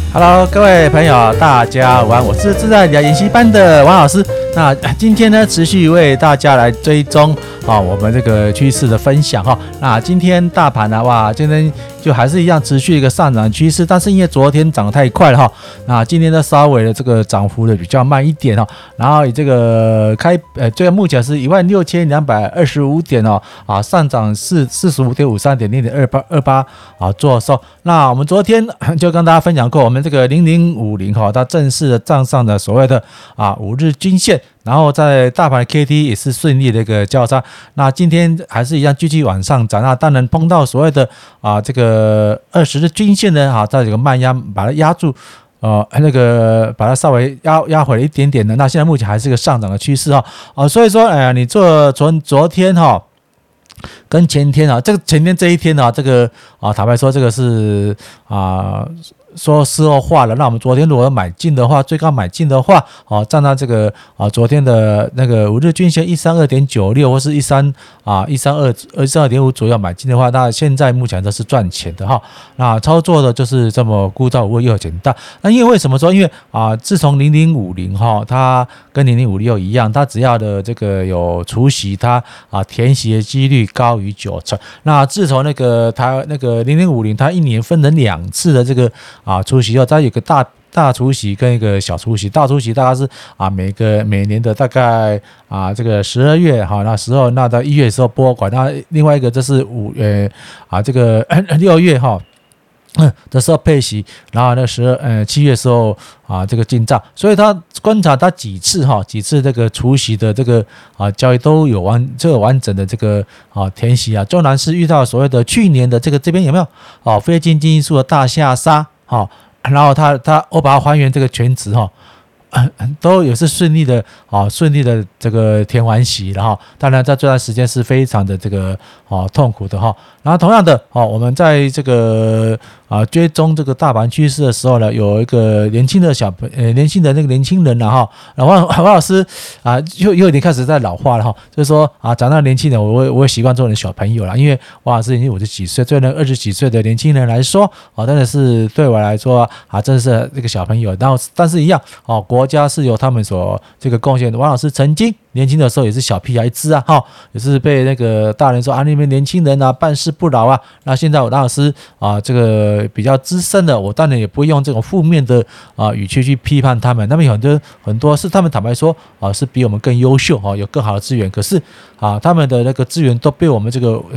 Hello， 各位朋友，大家晚安，我是自在研习班的王老师。那今天呢，持续为大家来追踪我们这个趋势的分享哈。那今天大盘呢，哇，今天就还是一样持续一个上涨趋势，但是因为昨天涨得太快了哈，那今天呢稍微的这个涨幅的比较慢一点哈。然后以这个这个目前是16225点上涨45.53点0.28做收。那我们昨天就跟大家分享过，我们这个0050它正式的站上了所谓的5日均线。然后在大盘 KD 也是顺利的一个交叉，那今天还是一样继续往上涨，那当然碰到所谓的这个20日均线呢在这个慢压把它压住，把它稍微压回了一点点的，那现在目前还是一个上涨的趋势所以说你做昨天跟前天这个前天这一天这个坦白说这个是说事后话了。那我们昨天如果买进的话，最高买进的话站到这个昨天的那个5日均线132.96或是132.5左右买进的话，那现在目前都是赚钱的那操作的就是这么孤刀无味又简单。那因为什么说？因为自从0050它跟0056一样，它只要的这个有除息，它填息的几率高于90%。那自从它那个0050它一年分成2次的这个除息后，它有个大除息跟一个小除息。大除息大概是每年的大概这个12月那时候，那到1月的时候拨款，那另外一个就是这个6月的时候配息，然后那7月的时候这个进账。所以他观察他几次这个除息的这个交易都有完整的这个填息纵然是遇到所谓的去年的这边有没有非经济因素的大下杀然后我把它还原这个全值都也是顺利的这个填完息，然后当然在这段时间是非常的这个痛苦的然后同样的我们在这个追踪这个大盘趋势的时候呢，有一个年轻的那个年轻人王老师又有点开始在老化了就是说长大年轻人我也习惯做人小朋友了，因为王老师已经50几岁，对那20几岁的年轻人来说真的是对我来说真的是这个小朋友。然后但是一样国家是由他们所这个贡献的。王老师曾经年轻的时候也是小屁孩子也是被那个大人说你们年轻人办事不牢那现在我王老师这个比较资深的，我当然也不会用这种负面的语气去批判他们。那么有很多是他们坦白说是比我们更优秀有更好的资源，可是他们的那个资源都被我们这个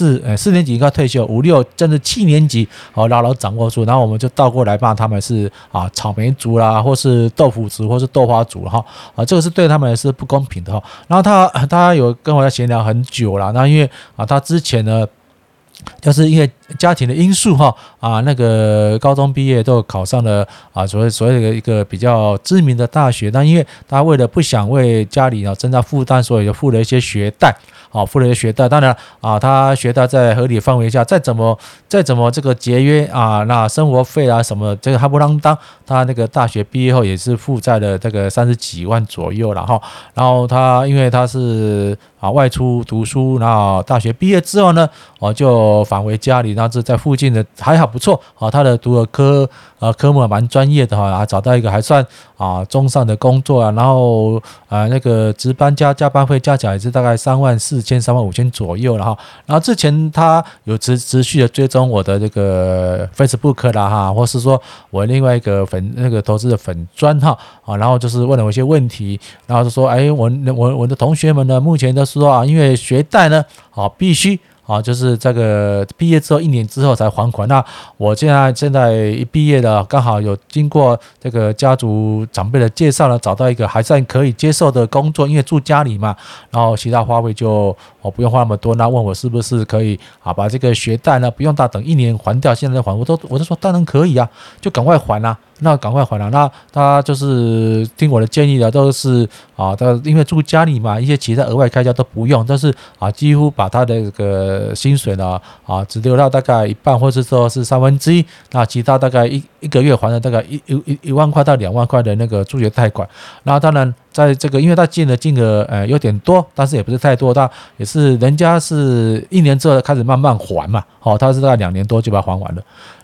4年级应该退休5、6甚至7年级牢牢掌握住，然后我们就倒过来骂他们是草莓族啦，或是豆腐族，或是豆花族这个是对他们是不公平的然后他有跟我在闲聊很久了，那因为他之前呢就是因为家庭的因素那个高中毕业都考上了所谓的一个比较知名的大学，但因为他为了不想为家里增加负担，所以就付了一些学贷当然他学贷在合理范围下，再怎么这个节约那生活费什么这个他不啷当，他那个大学毕业后也是负债了这个30几万左右了然后他因为他是外出读书，然后大学毕业之后呢就返回家里，然后在附近的还好不错他的读的科目蛮专业的找到一个还算中上的工作然后那个值班加班费加起来也是大概34000、35000左右了然后之前他有持续的追踪我的这个 Facebook 啦或是说我另外一个那个投资的粉专然后就是问了我一些问题，然后就说我的同学们呢目前都说因为学贷呢必须就是这个毕业之后1年之后才还款。那我现在一毕业了，刚好有经过这个家族长辈的介绍呢，找到一个还算可以接受的工作，因为住家里嘛，然后其他花费就不用花那么多。那问我是不是可以把这个学贷呢不用等1年还掉，现在还我就说当然可以就赶快还那赶快还那他就是听我的建议的，都是因为住家里嘛，一些其他额外开销都不用，但是几乎把他的这个薪水呢只留到大概一半，或者说是1/3，那其他大概一个月还了大概1万块到2万块的那个助学贷款。然后当然在这个因为他借的金额有点多，但是也不是太多，他也是人家是1年之后开始慢慢还嘛他是大概2年多就把它还完了。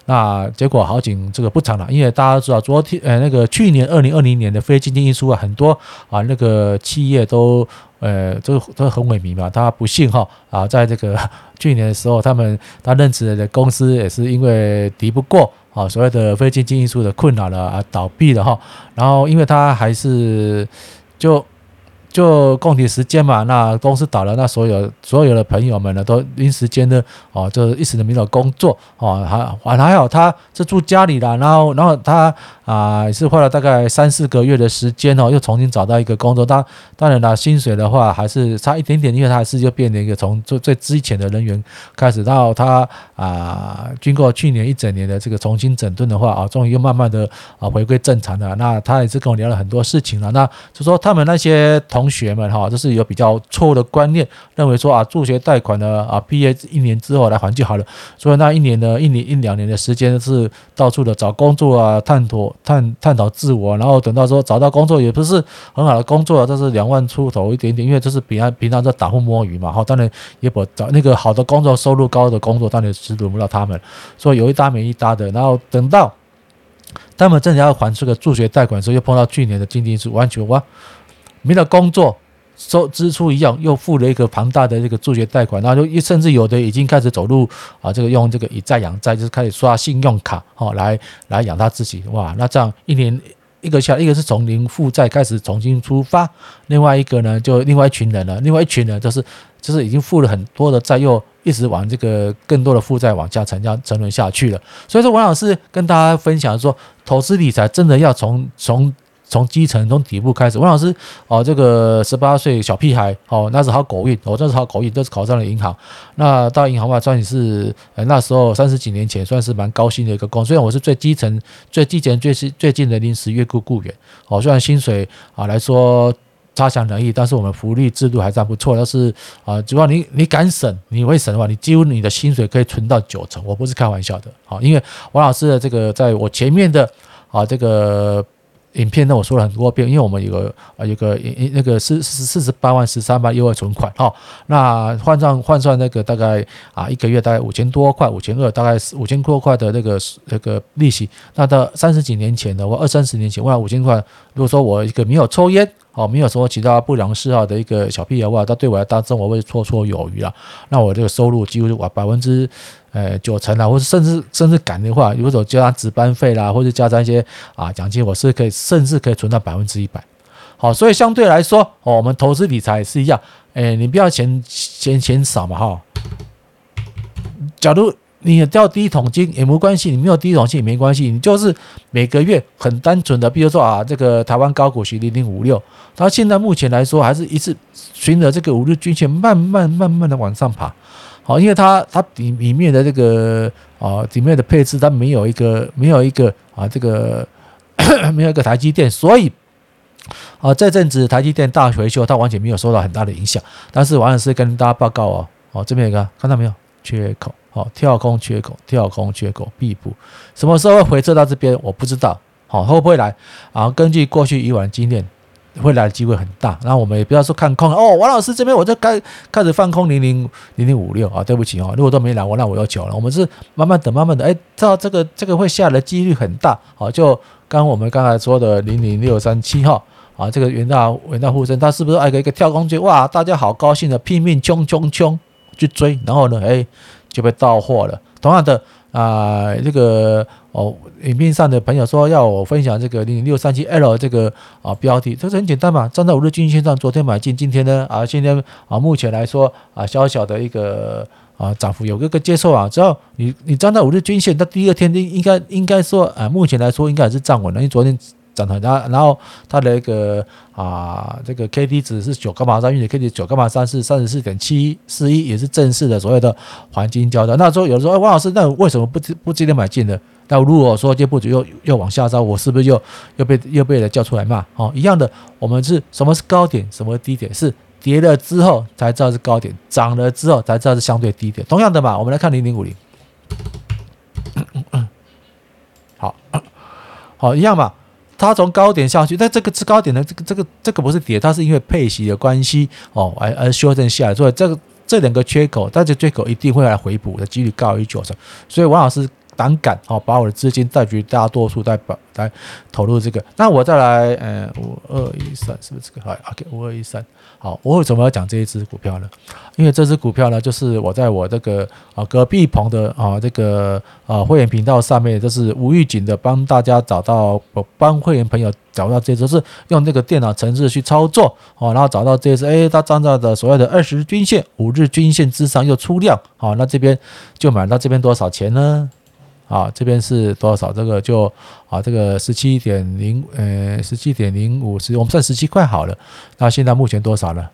那结果好景这个不长了，因为大家知道那个去年2020年的非经济因素很多那个企业都都很萎靡嘛，他不幸在这个去年的时候，他任职的公司也是因为敌不过所谓的非经济因素的困扰了倒闭了然后因为他还是就共体时间嘛，那公司倒了，那所有的朋友们呢，都因时间呢，就一时的没有工作还好他是住家里啦，然后他也是花了大概3-4个月的时间又重新找到一个工作。当然啦，薪水的话还是差一点点，因为他还是就变成一个从最之前的人员开始到他经过去年一整年的这个重新整顿的话终于又慢慢的回归正常了。那他也是跟我聊了很多事情了，那就说他们那些同学们就是有比较错误的观念，认为说助学贷款呢毕业1年之后来还就好了，所以那一年呢1-2年的时间是到处的找工作探讨自我，然后等到说找到工作也不是很好的工作这是2万出头一点点，因为这是平常在打混摸鱼嘛当然也不找那个好的工作，收入高的工作当然是轮不到他们，所以有一搭没一搭的。然后等到他们真的要还这个助学贷款的时候，又碰到去年的经济因素，完全没了工作，支出一样，又付了一个庞大的这个助学贷款，然后就甚至有的已经开始走入这个用这个以债养债，就是开始刷信用卡来养他自己。哇，那这样一年一个是从零负债开始重新出发，另外一个呢就另外一群人了，就是已经付了很多的债，又一直往这个更多的负债往下沉沦下去了。所以说王老师跟大家分享说，投资理财真的要从基层从底部开始。王老师这个18岁小屁孩那是好狗运，那是好狗运，都是考上了银行。那到银行吧，算是那时候30几年前算是蛮高薪的一个工，虽然我是最基层最近的临时月雇员虽然薪水来说差强人意，但是我们福利制度还算不错。但是只要你敢省，你会省的话，你几乎你的薪水可以存到90%，我不是开玩笑的因为王老师的这个在我前面的这个影片呢，我说了很多遍，因为我们有个那个48万13万优惠存款那换算那个大概一个月大概5000多块，5200大概5000多块的那个利息。那到30几年前的话，20-30年前，我5000块，如果说我一个没有抽烟没有说其他不良嗜好的一个小屁孩的话，他对我来当生活会绰绰有余那我这个收入几乎90%或者甚至赶的话，如果加上值班费啦，或者加上一些奖金，我是甚至可以存到100%。所以相对来说我们投资理财也是一样，你不要嫌少嘛假如你掉第一桶金也没关系，你没有第一桶金也没关系，你就是每个月很单纯的，比如说这个台湾高股息0056，它现在目前来说还是一直循着这个5日均线慢慢的往上爬。因为它里面的这个里面的配置它没有一个这个没有一个台积电，所以这阵子台积电大回修，它完全没有受到很大的影响。但是王老师跟大家报告这边有一个看到没有缺口跳空缺口必补，什么时候会回撤到这边我不知道会不会来根据过去以往经验，会来的机会很大。然后我们也不要说看空王老师这边我就开始放空0056对不起如果都没来那我要求了。我们是慢慢的知道这个会下的几率很大就我们刚才说的00637这个元大沪深，它是不是一个跳空缺？哇，大家好高兴的拼命冲去追，然后呢就被到货了。同样的这个影片上的朋友说要我分享这个00637L 这个标的，这是很简单嘛，站在5日均线上，昨天买进，今天呢今天目前来说小小的一个涨幅有一个接受只要你站在5日均线，它第二天应该说目前来说应该还是站稳了，因为昨天涨很大，然后它的一个这个 KD 值是9.3，运的 KD 9.3是34.741，也是正式的所谓的黄金交叉。那时候有人说王老师，那为什么不今天买进呢？那如果说接不久又往下招，我是不是又被人叫出来骂一样的，我们是什么是高点，什么是低点，是跌了之后才知道是高点，涨了之后才知道是相对低点。同样的嘛，我们来看0050，好一样嘛。它从高点下去，但这个是高点的，这个不是跌，它是因为配息的关系而修正下来，所以这两个缺口，但这缺口一定会来回补的几率高于90%。所以王老师胆敢把我的资金绝大多数来投入这个。那我再来5213是不是这个？好 ，OK， 5213。好，我为什么要讲这一支股票呢？因为这支股票呢，就是我在我这个隔壁棚的这个会员频道上面，就是无预警的帮大家帮会员朋友找到这支，就是用这个电脑程式去操作然后找到这支，它站在的所谓的20日均线、5日均线之上又出量，那这边就买到这边多少钱呢？这边是多少？这个就这个17.05，我们算17块好了。那现在目前多少了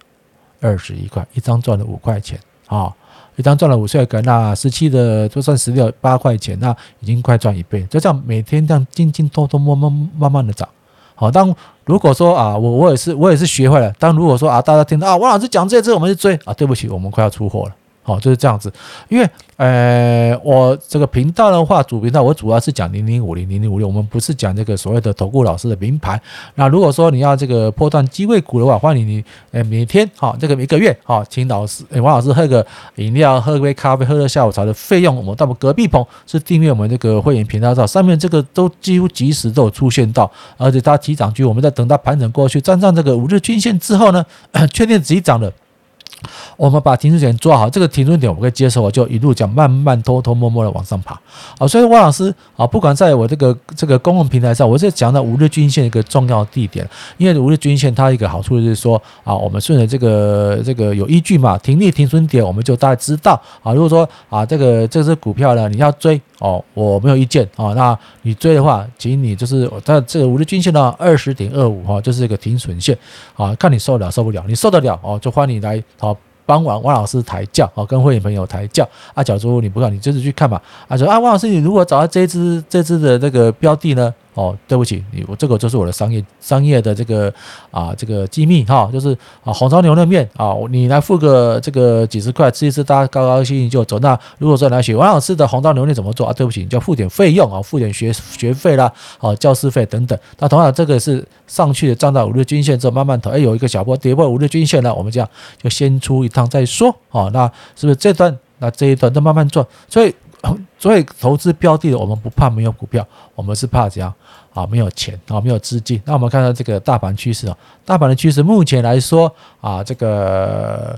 ？21块，一张赚了5块钱一张赚了5块，那17的就算8块钱，那已经快赚1倍。就这样每天这样进进偷偷慢慢的涨。当如果说我也是学会了。当如果说大家听到王老师讲这支我们去追对不起，我们快要出货了。就是这样子。因为我这个频道的话，主频道我主要是讲0050、0056，我们不是讲这个所谓的投顾老师的名牌。那如果说你要这个波段机会股的话，欢迎你每天这个1个月请王老师喝个饮料、喝杯咖啡、喝个下午茶的费用，我们到隔壁棚是订阅我们这个会员频道上面，这个都几乎即时都有出现到，而且它起涨区，我们在等它盘整过去，站上这个5日均线之后呢，确定自己涨了。我们把停损点抓好，这个停损点我可以接受，我就一路讲慢慢偷偷摸摸的往上爬。所以汪老师不管在我这个公共平台上，我是讲到5日均线一个重要地点，因为5日均线它一个好处就是说我们顺着这个有依据嘛，停利停损点我们就大概知道如果说这只股票呢你要追我没有意见那你追的话，请你就是在这个5日均线呢20.25就是一个停损线看你受得了受不了，你受得了就欢迎你来帮王老师抬轿跟会员朋友抬轿假如你不看，你就是去看嘛说王老师你如果找到这支的这个标的呢对不起，我这个就是我的商业的这个机密就是红烧牛肉面你来付个这个几十块吃一次，大家高高兴兴就走。那如果说来学王老师的红烧牛肉面怎么做对不起，你就要付点费用付点学费啦教师费等等。那同样这个是上去的，站到5日均线之后慢慢投有一个小波跌破5日均线了，我们这样就先出一趟再说那是不是这一段都慢慢赚？所以投资标的的我们不怕没有股票，我们是怕怎样没有钱没有资金。那我们看到这个大盘趋势大盘的趋势目前来说这个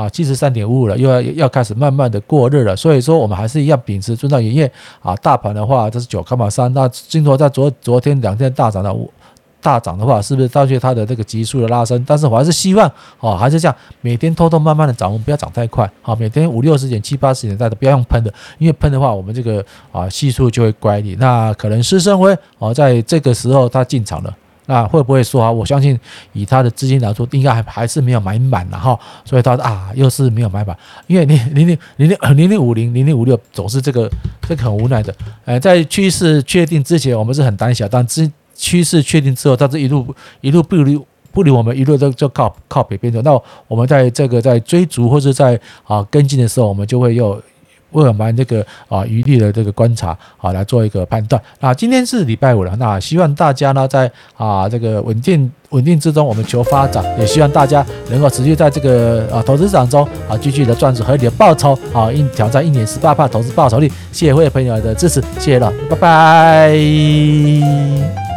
73.55了，又要开始慢慢的过热了。所以说我们还是一样秉持遵照营业大盘的话这是 9.3， 那金头在昨天2天大涨的话，是不是造就它的这个急速的拉升？但是我还是希望还是这样，每天偷偷慢慢的涨，我们不要涨太快每天50-60点、70-80点带的，不要用喷的，因为喷的话，我们这个系数就会乖离。那可能施生辉在这个时候他进场了，那会不会说我相信以他的资金来说，应该还是没有买满了所以他又是没有买满，因为0050、0056总是这个很无奈的。在趋势确定之前，我们是很胆小，但趋势确定之后，它是一路不理我们，一路就靠北边走。那我们在追逐或者在跟进的时候，我们就会为我们这个余力的这个观察来做一个判断。那今天是礼拜五了，那希望大家呢在这个稳定之中，我们求发展，也希望大家能够持续在这个投资市场中继续的赚取合理的报酬挑战1年18%投资报酬率。谢谢会员朋友的支持，谢谢了，拜拜。